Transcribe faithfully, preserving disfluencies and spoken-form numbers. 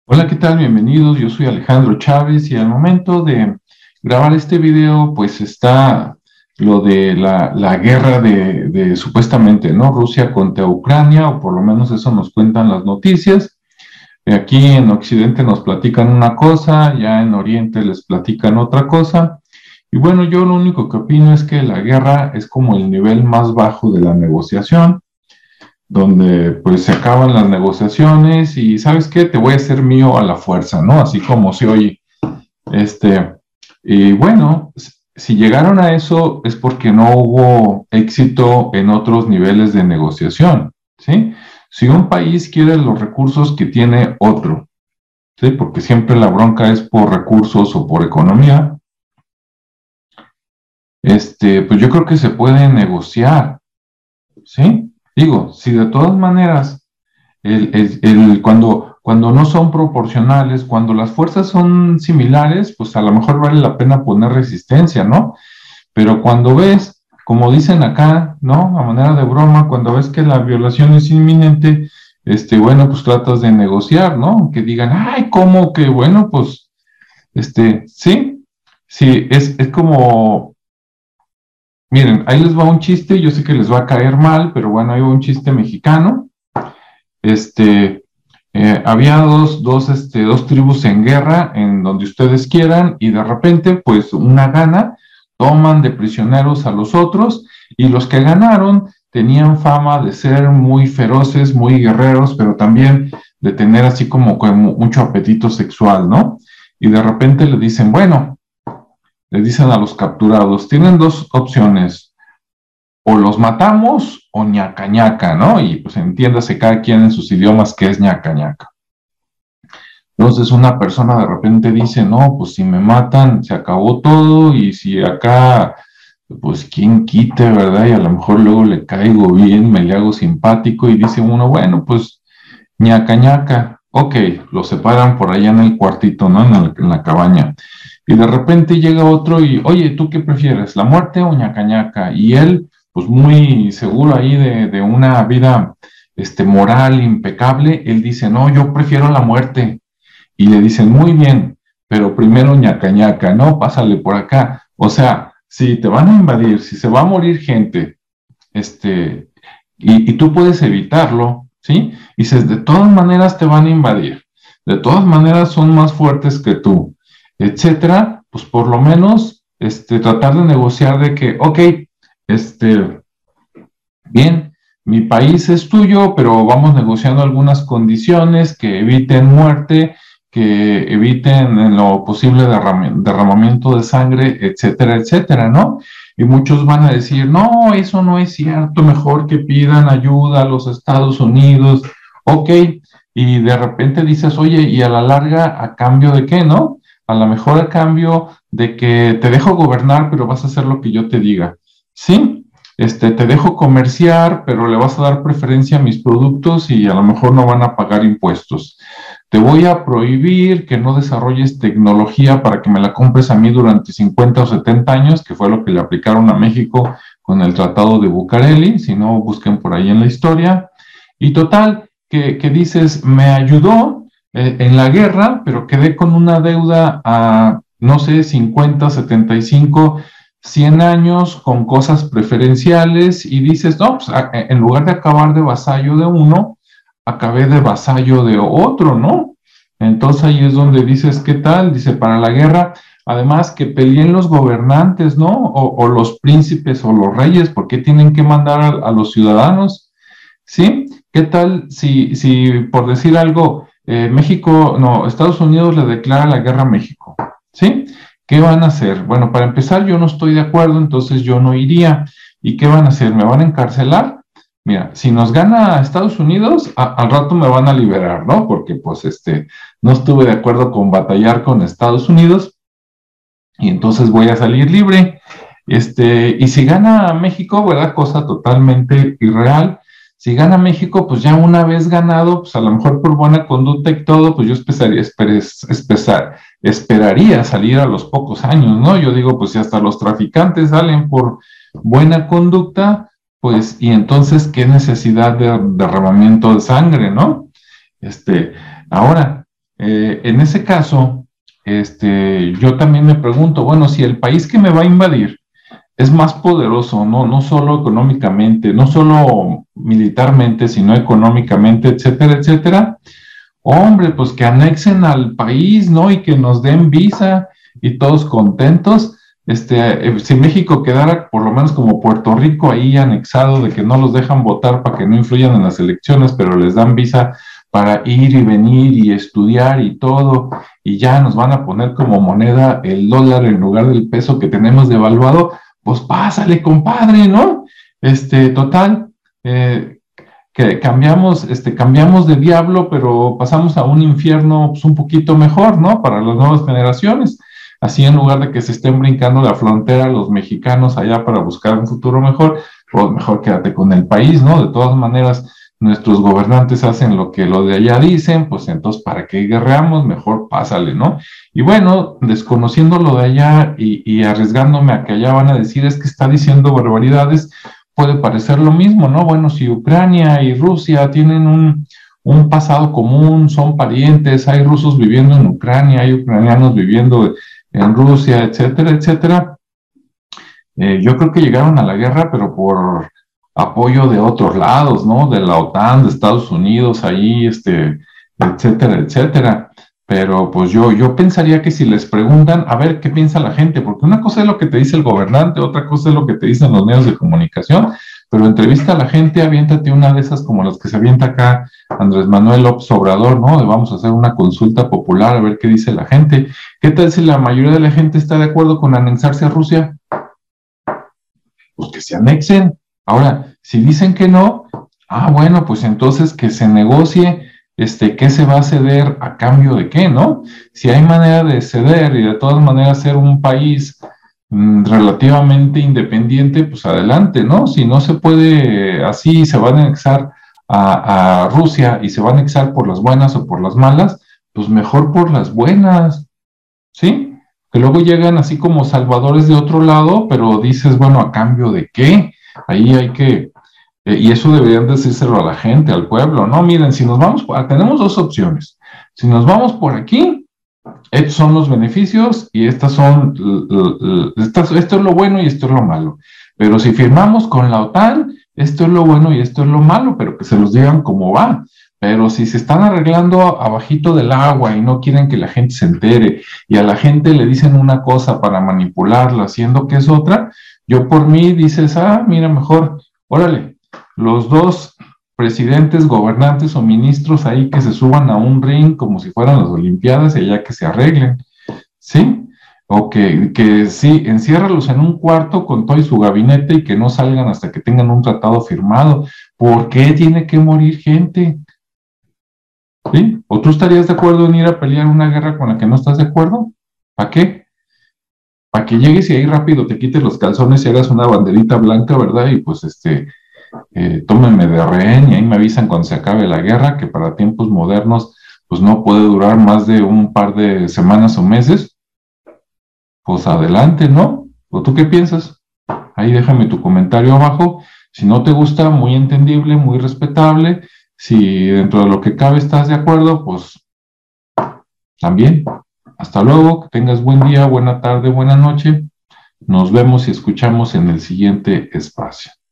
Hola, ¿qué tal? Bienvenidos. Yo soy Alejandro Chávez y al momento de grabar este video, pues está lo de la, la guerra de, de supuestamente, ¿no? Rusia contra Ucrania, o por lo menos eso nos cuentan las noticias. Aquí en Occidente nos platican una cosa, ya en Oriente les platican otra cosa. Y bueno, yo lo único que opino es que la guerra es como el nivel más bajo de la negociación, donde pues se acaban las negociaciones y ¿sabes qué? Te voy a hacer mío a la fuerza, ¿no? Así como se oye. Este, y bueno, si llegaron a eso es porque no hubo éxito en otros niveles de negociación, ¿sí? Si un país quiere los recursos que tiene otro, ¿sí? Porque siempre la bronca es por recursos o por economía, este, pues yo creo que se puede negociar, ¿sí? Digo, si de todas maneras El, el, el, cuando, cuando no son proporcionales, cuando las fuerzas son similares, pues a lo mejor vale la pena poner resistencia, ¿no? Pero cuando ves, como dicen acá, ¿no? A manera de broma, cuando ves que la violación es inminente, este, bueno, pues tratas de negociar, ¿no? Que digan, ay, ¿cómo que? Bueno, pues, este, sí, sí, es, es como, miren, ahí les va un chiste, yo sé que les va a caer mal, pero bueno, hay un chiste mexicano. Este, eh, había dos, dos, este, dos tribus en guerra, en donde ustedes quieran, y de repente, pues una gana, toman de prisioneros a los otros, y los que ganaron tenían fama de ser muy feroces, muy guerreros, pero también de tener así como, como mucho apetito sexual, ¿no? Y de repente le dicen, bueno, le dicen a los capturados, tienen dos opciones, o los matamos o ñaca ñaca, ¿no? Y pues entiéndase cada quien en sus idiomas qué es ñaca ñaca. Entonces una persona de repente dice, no, pues si me matan se acabó todo y si acá, pues quién quite, ¿verdad? Y a lo mejor luego le caigo bien, me le hago simpático y dice uno, bueno, pues ñaca ñaca, ok, lo separan por allá en el cuartito, ¿no? En, el, en la cabaña. Y de repente llega otro y, oye, ¿tú qué prefieres, la muerte o ñaca ñaca? Y él pues muy seguro ahí de, de una vida este, moral impecable, él dice, no, yo prefiero la muerte. Y le dicen, muy bien, pero primero ñaca ñaca, ¿no? Pásale por acá. O sea, si te van a invadir, si se va a morir gente, este, y, y tú puedes evitarlo, ¿sí? Y dices, de todas maneras te van a invadir, de todas maneras son más fuertes que tú, etcétera, pues por lo menos, este, tratar de negociar de que, ok, este, bien, mi país es tuyo, pero vamos negociando algunas condiciones que eviten muerte, que eviten en lo posible derram derramamiento de sangre, etcétera, etcétera, ¿no? Y muchos van a decir, no, eso no es cierto, mejor que pidan ayuda a los Estados Unidos, ok, y de repente dices, oye, y a la larga, ¿a cambio de qué, no? A lo mejor a cambio de que te dejo gobernar, pero vas a hacer lo que yo te diga. ¿Sí? Este, te dejo comerciar, pero le vas a dar preferencia a mis productos y a lo mejor no van a pagar impuestos. Te voy a prohibir que no desarrolles tecnología para que me la compres a mí durante cincuenta o setenta años, que fue lo que le aplicaron a México con el Tratado de Bucareli, si no, busquen por ahí en la historia. Y total, que, que dices, me ayudó eh, en la guerra, pero quedé con una deuda a, no sé, cincuenta, setenta y cinco cien años con cosas preferenciales y dices, no, pues en lugar de acabar de vasallo de uno, acabé de vasallo de otro, ¿no? Entonces ahí es donde dices, ¿qué tal? Dice, para la guerra, además que peleen los gobernantes, ¿no? O, o los príncipes o los reyes, ¿por qué tienen que mandar a, a los ciudadanos? ¿Sí? ¿Qué tal si, si por decir algo, eh, México, no, Estados Unidos le declara la guerra a México? ¿Sí? ¿Qué van a hacer? Bueno, para empezar, yo no estoy de acuerdo, entonces yo no iría. ¿Y qué van a hacer? ¿Me van a encarcelar? Mira, si nos gana Estados Unidos, a, al rato me van a liberar, ¿no? Porque pues este, no estuve de acuerdo con batallar con Estados Unidos y entonces voy a salir libre. Este, y si gana México, ¿verdad? Cosa totalmente irreal. Si gana México, pues ya una vez ganado, pues a lo mejor por buena conducta y todo, pues yo esperaría, esperaría, esperaría salir a los pocos años, ¿no? Yo digo, pues si hasta los traficantes salen por buena conducta, pues, y entonces, ¿qué necesidad de derramamiento de sangre, no? Este, ahora, eh, en ese caso, este, yo también me pregunto, bueno, si el país que me va a invadir es más poderoso, no, no solo económicamente, no solo militarmente, sino económicamente, etcétera, etcétera, hombre, pues que anexen al país, ¿no? Y que nos den visa y todos contentos. Este, eh, si México quedara por lo menos como Puerto Rico ahí anexado de que no los dejan votar para que no influyan en las elecciones, pero les dan visa para ir y venir y estudiar y todo, y ya nos van a poner como moneda el dólar en lugar del peso que tenemos devaluado, pues pásale, compadre, ¿no? Este, total, eh, que cambiamos, este, cambiamos de diablo, pero pasamos a un infierno pues, un poquito mejor, ¿no? Para las nuevas generaciones. Así en lugar de que se estén brincando la frontera los mexicanos allá para buscar un futuro mejor, pues mejor quédate con el país, ¿no? De todas maneras, nuestros gobernantes hacen lo que los de allá dicen, pues entonces, ¿para qué guerreamos? Mejor pásale, ¿no? Y bueno, desconociendo lo de allá y, y arriesgándome a que allá van a decir es que está diciendo barbaridades, puede parecer lo mismo, ¿no? Bueno, si Ucrania y Rusia tienen un, un pasado común, son parientes, hay rusos viviendo en Ucrania, hay ucranianos viviendo en Rusia, etcétera, etcétera. Eh, yo creo que llegaron a la guerra, pero por apoyo de otros lados, ¿no? De la OTAN, de Estados Unidos, ahí, este, etcétera, etcétera. Pero pues yo, yo pensaría que si les preguntan, a ver qué piensa la gente, porque una cosa es lo que te dice el gobernante, otra cosa es lo que te dicen los medios de comunicación, pero entrevista a la gente, aviéntate una de esas como las que se avienta acá Andrés Manuel López Obrador, ¿no? De vamos a hacer una consulta popular a ver qué dice la gente. ¿Qué tal si la mayoría de la gente está de acuerdo con anexarse a Rusia? Pues que se anexen. Ahora, si dicen que no, ah, bueno, pues entonces que se negocie, este, qué se va a ceder a cambio de qué, ¿no? Si hay manera de ceder y de todas maneras ser un país mmm, relativamente independiente, pues adelante, ¿no? Si no se puede así, se va a anexar a, a Rusia y se va a anexar por las buenas o por las malas, pues mejor por las buenas, ¿sí? Que luego llegan así como salvadores de otro lado, pero dices, bueno, ¿a cambio de qué? Ahí hay que, eh, y eso deberían decírselo a la gente, al pueblo, ¿no? Miren, si nos vamos, por, tenemos dos opciones. Si nos vamos por aquí, estos son los beneficios y estas son, estas, esto es lo bueno y esto es lo malo. Pero si firmamos con la OTAN, esto es lo bueno y esto es lo malo, pero que se los digan cómo va. Pero si se están arreglando abajito del agua y no quieren que la gente se entere y a la gente le dicen una cosa para manipularla haciendo que es otra, yo por mí dices, ah, mira, mejor, órale, los dos presidentes, gobernantes o ministros ahí que se suban a un ring como si fueran las Olimpiadas y allá que se arreglen, ¿sí? O que, que sí, enciérralos en un cuarto con todo y su gabinete y que no salgan hasta que tengan un tratado firmado. ¿Por qué tiene que morir gente? ¿Sí? ¿O tú estarías de acuerdo en ir a pelear una guerra con la que no estás de acuerdo? ¿Para qué? Para que llegues y ahí rápido te quites los calzones y hagas una banderita blanca, ¿verdad? Y pues este, eh, tómenme de rehén y ahí me avisan cuando se acabe la guerra, que para tiempos modernos pues no puede durar más de un par de semanas o meses. Pues adelante, ¿no? ¿O tú qué piensas? Ahí déjame tu comentario abajo. Si no te gusta, muy entendible, muy respetable. Si dentro de lo que cabe estás de acuerdo, pues también. Hasta luego, que tengas buen día, buena tarde, buena noche. Nos vemos y escuchamos en el siguiente espacio.